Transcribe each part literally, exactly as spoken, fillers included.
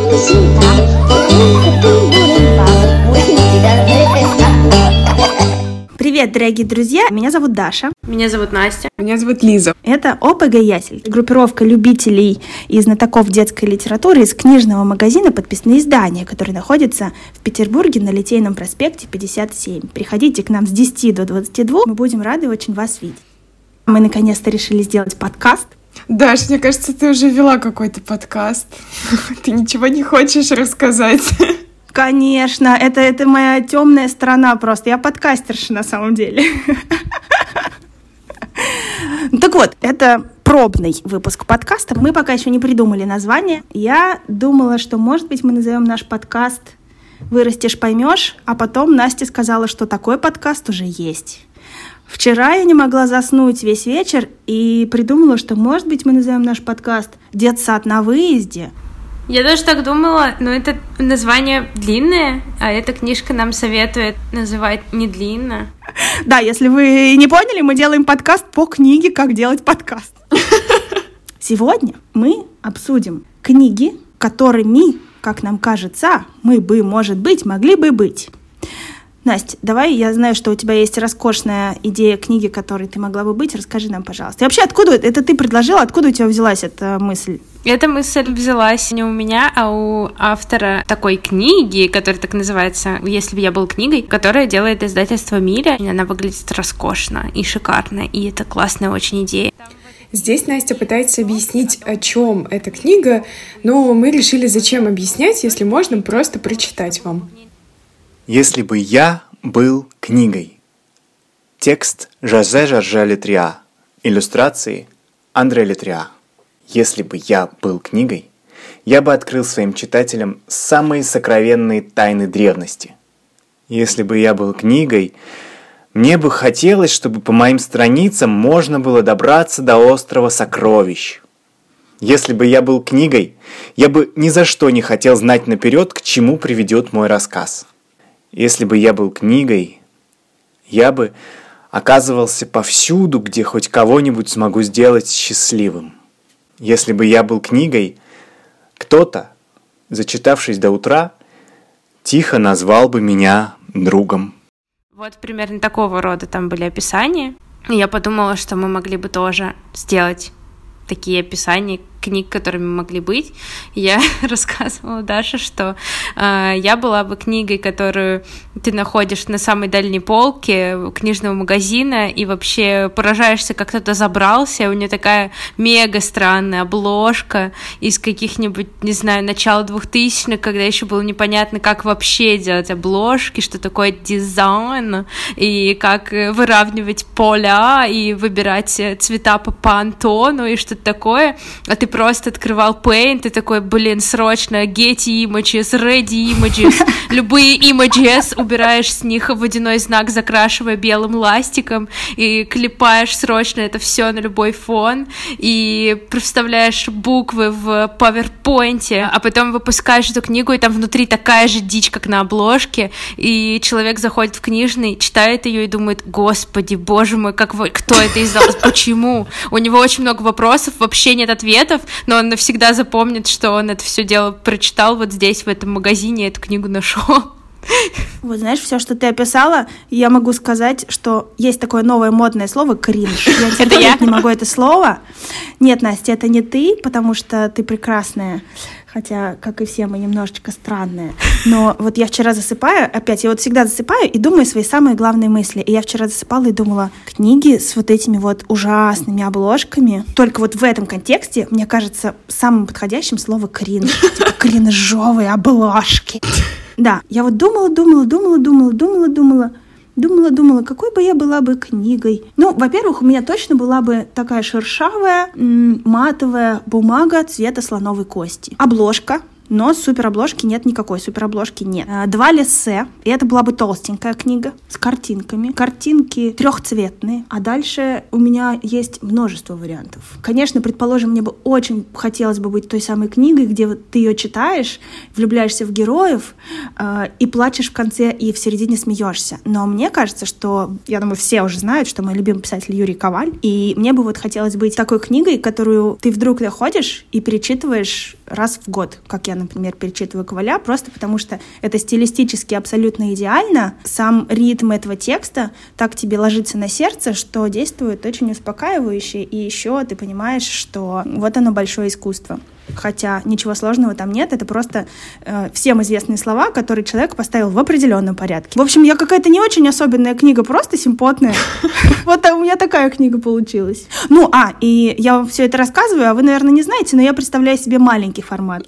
Привет, дорогие друзья! Меня зовут Даша. Меня зовут Настя. Меня зовут Лиза. Это ОПГ Ясель, группировка любителей и знатоков детской литературы из книжного магазина «Подписные издания», который находится в Петербурге на Литейном проспекте пятьдесят семь. Приходите к нам с десяти до двадцати двух, мы будем рады очень вас видеть. Мы наконец-то решили сделать подкаст. Даш, мне кажется, ты уже вела какой-то подкаст. Ты ничего не хочешь рассказать? Конечно, это, это моя темная сторона просто. Я подкастерша на самом деле. Так вот, это пробный выпуск подкаста. Мы пока еще не придумали название. Я думала, что, может быть, мы назовем наш подкаст «Вырастешь, поймешь», а потом Настя сказала, что такой подкаст уже есть. Вчера я не могла заснуть весь вечер и придумала, что, может быть, мы назовем наш подкаст «Детсад на выезде». Я тоже так думала, но это название длинное, а эта книжка нам советует называть не длинно. Да, если вы не поняли, мы делаем подкаст по книге «Как делать подкаст». Сегодня мы обсудим книги, которыми, как нам кажется, мы бы, может быть, могли бы быть. Настя, давай, я знаю, что у тебя есть роскошная идея книги, которой ты могла бы быть. Расскажи нам, пожалуйста. И вообще, откуда это ты предложила? Откуда у тебя взялась эта мысль? Эта мысль взялась не у меня, а у автора такой книги, которая так называется «Если бы я был книгой», которая делает издательство «Миля». И она выглядит роскошно и шикарно, и это классная очень идея. Здесь Настя пытается объяснить, о чем эта книга, но мы решили, зачем объяснять, если можно просто прочитать вам. «Если бы я был книгой». Текст Жозе Жорже Летриа. Иллюстрации Андре Летриа. Если бы я был книгой, я бы открыл своим читателям самые сокровенные тайны древности. Если бы я был книгой, мне бы хотелось, чтобы по моим страницам можно было добраться до острова сокровищ. Если бы я был книгой, я бы ни за что не хотел знать наперед, к чему приведет мой рассказ. Если бы я был книгой, я бы оказывался повсюду, где хоть кого-нибудь смогу сделать счастливым. Если бы я был книгой, кто-то, зачитавшись до утра, тихо назвал бы меня другом. Вот примерно такого рода там были описания. И я подумала, что мы могли бы тоже сделать такие описания книг, которыми могли быть. Я рассказывала Даше, что э, я была бы книгой, которую ты находишь на самой дальней полке книжного магазина и вообще поражаешься, как кто-то забрался. У нее такая мега странная обложка из каких-нибудь, не знаю, начала двухтысячных, когда еще было непонятно, как вообще делать обложки, что такое дизайн, и как выравнивать поля и выбирать цвета по Пантону и что-то такое. А ты просто открывал Paint и такой, блин, срочно Getty Images, Ready Images, любые images, убираешь с них водяной знак, закрашивая белым ластиком и клепаешь срочно это все на любой фон и вставляешь буквы в PowerPoint, а потом выпускаешь эту книгу, и там внутри такая же дичь, как на обложке, и человек заходит в книжный, читает ее и думает, господи, боже мой, как вы, кто это издал, почему? У него очень много вопросов, вообще нет ответов, но он навсегда запомнит, что он это все дело прочитал вот здесь, в этом магазине, эту книгу нашел. Вот знаешь, все, что ты описала, я могу сказать, что есть такое новое модное слово «кринж». Я терпеть не могу это слово. Нет, Настя, это не ты, потому что ты прекрасная. Хотя, как и все, мы немножечко странные. Но вот я вчера засыпаю, опять, я вот всегда засыпаю и думаю свои самые главные мысли. И я вчера засыпала и думала, книги с вот этими вот ужасными обложками. Только вот в этом контексте, мне кажется, самым подходящим слово «кринж». Типа кринжовые обложки. Да, я вот думала, думала, думала, думала, думала, думала. Думала, думала, какой бы я была бы книгой. Ну, во-первых, у меня точно была бы такая шершавая, м- матовая бумага цвета слоновой кости. Обложка. Но суперобложки нет никакой, суперобложки нет. Два лиссе, и это была бы толстенькая книга с картинками. Картинки трехцветные, а дальше у меня есть множество вариантов. Конечно, предположим, мне бы очень хотелось бы быть той самой книгой, где вот ты ее читаешь, влюбляешься в героев э, и плачешь в конце, и в середине смеешься. Но мне кажется, что, я думаю, все уже знают, что мой любимый писатель Юрий Коваль, и мне бы вот хотелось быть такой книгой, которую ты вдруг находишь и перечитываешь раз в год, как я, например, перечитываю Коваля, просто потому что это стилистически абсолютно идеально. Сам ритм этого текста так тебе ложится на сердце, что действует очень успокаивающе, и еще ты понимаешь, что вот оно большое искусство. Хотя ничего сложного там нет, это просто э, всем известные слова, которые человек поставил в определенном порядке. В общем, я какая-то не очень особенная книга, просто симпотная. Вот у меня такая книга получилась. Ну, а, и я вам все это рассказываю, а вы, наверное, не знаете, но я представляю себе маленький формат.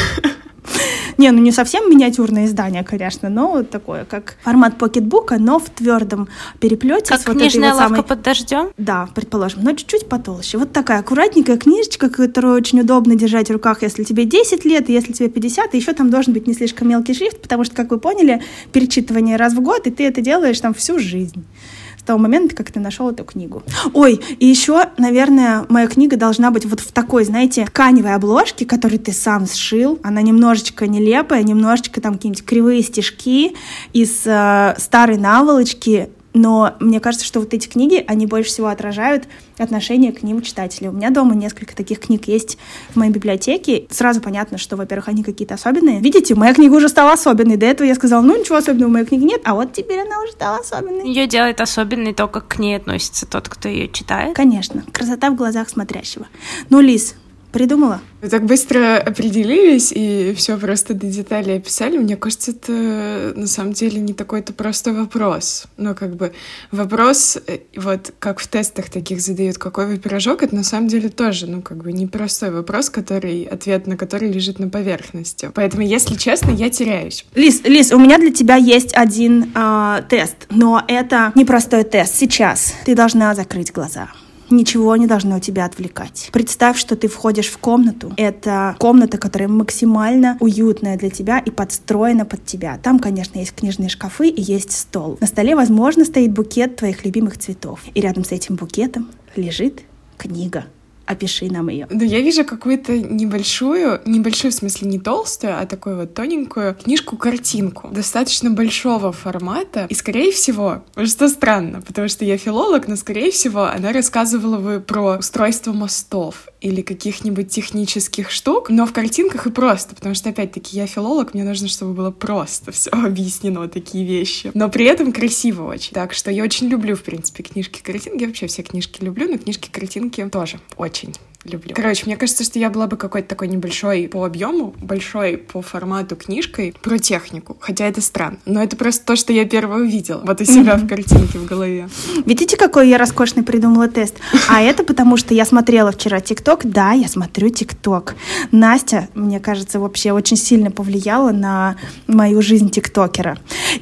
Не, ну не совсем миниатюрное издание, конечно, но вот такое, как формат покетбука, но в твердом переплете. Как вот книжная вот лавка самой... под дождем? Да, предположим, но чуть-чуть потолще. Вот такая аккуратненькая книжечка, которую очень удобно держать в руках, если тебе десять лет, и если тебе пятьдесят, и еще там должен быть не слишком мелкий шрифт, потому что, как вы поняли, перечитывание раз в год, и ты это делаешь там всю жизнь. С того момента, как ты нашел эту книгу. Ой, и еще, наверное, моя книга должна быть вот в такой, знаете, тканевой обложке, которую ты сам сшил. Она немножечко нелепая, немножечко там какие-нибудь кривые стежки из э, старой наволочки. Но мне кажется, что вот эти книги, они больше всего отражают отношение к ним читателей. У меня дома несколько таких книг есть в моей библиотеке. Сразу понятно, что, во-первых, они какие-то особенные. Видите, моя книга уже стала особенной. До этого я сказала, ну, ничего особенного в моей книге нет, а вот теперь она уже стала особенной. Ее делает особенной то, как к ней относится тот, кто ее читает. Конечно. Красота в глазах смотрящего. Ну, Лиз, придумала? Вы так быстро определились и все просто до деталей описали. Мне кажется, это на самом деле не такой-то простой вопрос. Но как бы вопрос, вот как в тестах таких задают, какой вы пирожок, это на самом деле тоже, ну как бы непростой вопрос, который, ответ на который лежит на поверхности. Поэтому, если честно, я теряюсь. Лиз, Лиз, у меня для тебя есть один э, тест, но это непростой тест. Сейчас ты должна закрыть глаза. Ничего не должно тебя отвлекать. Представь, что ты входишь в комнату. Это комната, которая максимально уютная для тебя и подстроена под тебя. Там, конечно, есть книжные шкафы и есть стол. На столе, возможно, стоит букет твоих любимых цветов. И рядом с этим букетом лежит книга. Опиши нам ее. Ну, я вижу какую-то небольшую, небольшую, в смысле, не толстую, а такую вот тоненькую книжку-картинку, достаточно большого формата. И, скорее всего, что странно, потому что я филолог, но, скорее всего, она рассказывала бы про устройство мостов или каких-нибудь технических штук, но в картинках и просто, потому что, опять-таки, я филолог, мне нужно, чтобы было просто все объяснено, такие вещи. Но при этом красиво очень. Так что я очень люблю, в принципе, книжки-картинки. Я вообще все книжки люблю, но книжки-картинки тоже очень. Очень люблю. Короче, мне кажется, что я была бы какой-то такой небольшой по объему, большой по формату книжкой про технику. Хотя это странно. Но это просто то, что я первое увидела. Вот у себя в картинке в голове. Видите, какой я роскошный придумала тест? А это потому, что я смотрела вчера ТикТок. Да, я смотрю ТикТок. Настя, мне кажется, вообще очень сильно повлияла на мою жизнь тиктокера.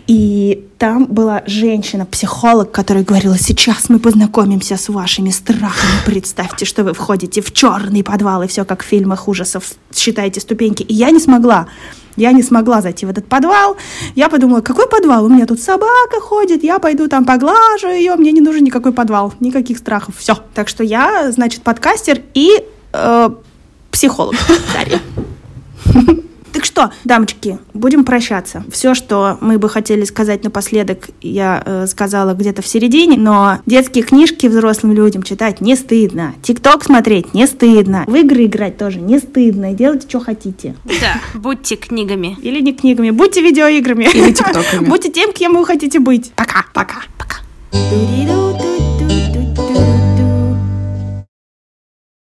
И там была женщина-психолог, которая говорила: сейчас мы познакомимся с вашими страхами. Представьте, что вы входите в черный подвал, и все как в фильмах ужасов, считаете ступеньки. И я не смогла. Я не смогла зайти в этот подвал. Я подумала, какой подвал? У меня тут собака ходит, я пойду там поглажу ее, мне не нужен никакой подвал, никаких страхов. Все. Так что я, значит, подкастер и э, психолог. Дарья. Так что, дамочки, будем прощаться. Все, что мы бы хотели сказать напоследок, я э, сказала где-то в середине, но детские книжки взрослым людям читать не стыдно. ТикТок смотреть не стыдно. В игры играть тоже не стыдно. Делайте, что хотите. Да, будьте книгами. Или не книгами, будьте видеоиграми. Или тиктоками. Будьте тем, кем вы хотите быть. Пока. Пока. Пока.